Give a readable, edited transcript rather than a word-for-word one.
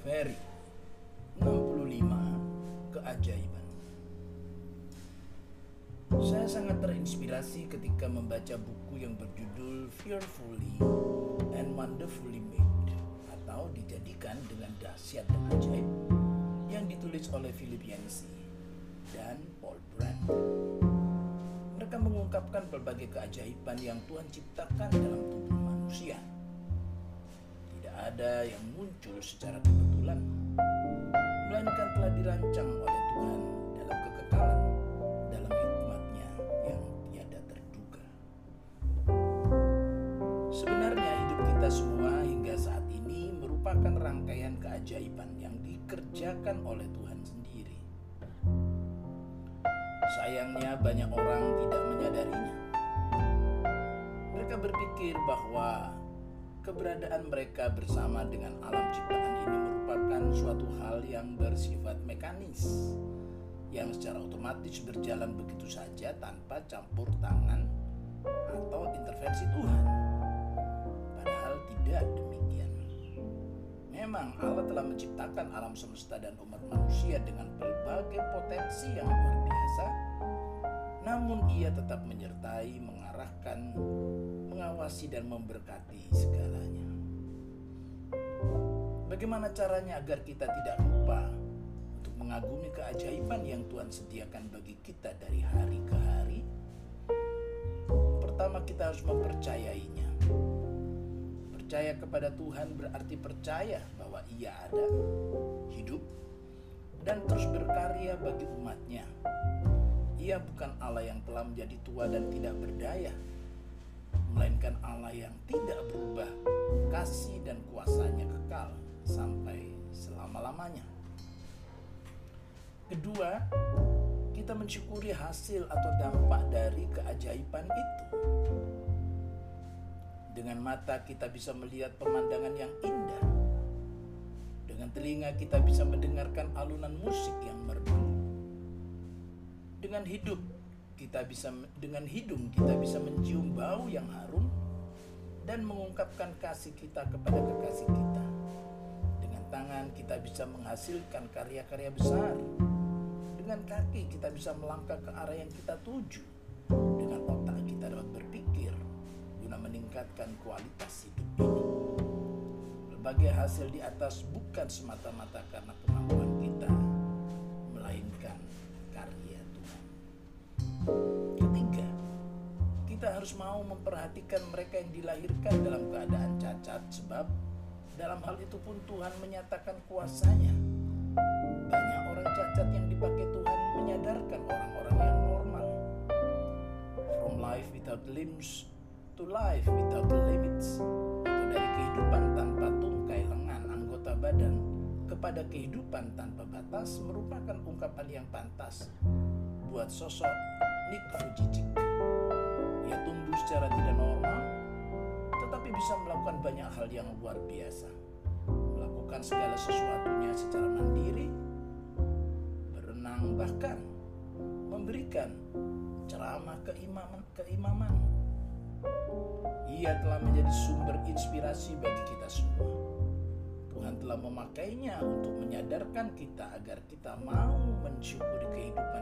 Ferry 65 Keajaiban. Saya sangat terinspirasi ketika membaca buku yang berjudul Fearfully and Wonderfully Made, atau dijadikan dengan dahsyat dan ajaib, yang ditulis oleh Philip Yancey dan Paul Brand. Mereka mengungkapkan berbagai keajaiban yang Tuhan ciptakan dalam tubuh manusia. Tidak ada yang muncul secara kebetulan, melainkan telah dirancang oleh Tuhan dalam kekekalan, dalam hikmat-Nya yang tiada terduga. Sebenarnya hidup kita semua hingga saat ini merupakan rangkaian keajaiban yang dikerjakan oleh Tuhan sendiri. Sayangnya banyak orang tidak menyadarinya. Mereka berpikir bahwa keberadaan mereka bersama dengan alam ciptaan ini merupakan suatu hal yang bersifat mekanis, yang secara otomatis berjalan begitu saja tanpa campur tangan atau intervensi Tuhan. Padahal tidak demikian. Memang Allah telah menciptakan alam semesta dan umat manusia dengan berbagai potensi yang luar biasa, namun Ia tetap menyertai, mengarahkan, mengawasi dan memberkati segalanya. Bagaimana caranya agar kita tidak lupa untuk mengagumi keajaiban yang Tuhan sediakan bagi kita dari hari ke hari? Pertama, kita harus mempercayainya. Percaya kepada Tuhan berarti percaya bahwa Ia ada, hidup, dan terus berkarya bagi umat-Nya. Ia bukan Allah yang telah menjadi tua dan tidak berdaya, melainkan Allah yang tidak berubah, kasih dan kuasanya kekal sampai selama-lamanya. Kedua, kita mensyukuri hasil atau dampak dari keajaiban itu. Dengan mata kita bisa melihat pemandangan yang indah. Dengan telinga kita bisa mendengarkan alunan musik yang merdu. Dengan hidung kita bisa mencium bau yang harum dan mengungkapkan kasih kita kepada kekasih kita. Dengan tangan kita bisa menghasilkan karya-karya besar. Dengan kaki kita bisa melangkah ke arah yang kita tuju. Dengan otak kita dapat berpikir guna meningkatkan kualitas hidup ini. Berbagai hasil di atas bukan semata-mata karena kemampuan kita, melainkan karya Tuhan. Ketiga, kita harus mau memperhatikan mereka yang dilahirkan dalam keadaan cacat, sebab dalam hal itu pun Tuhan menyatakan kuasa-Nya. Banyak orang cacat yang dipakai Tuhan menyadarkan orang-orang yang normal. From life without limbs to life without limits, atau dari kehidupan tanpa tungkai lengan anggota badan kepada kehidupan tanpa batas, merupakan ungkapan yang pantas buat sosok Nick Vujicic. Ia tumbuh secara tidak normal, tetapi bisa melakukan banyak hal yang luar biasa. Melakukan segala sesuatunya secara mandiri, berenang, bahkan memberikan ceramah keimaman. Ia telah menjadi sumber inspirasi bagi kita semua. Tuhan telah memakainya untuk menyadarkan kita agar kita mau mensyukuri kehidupan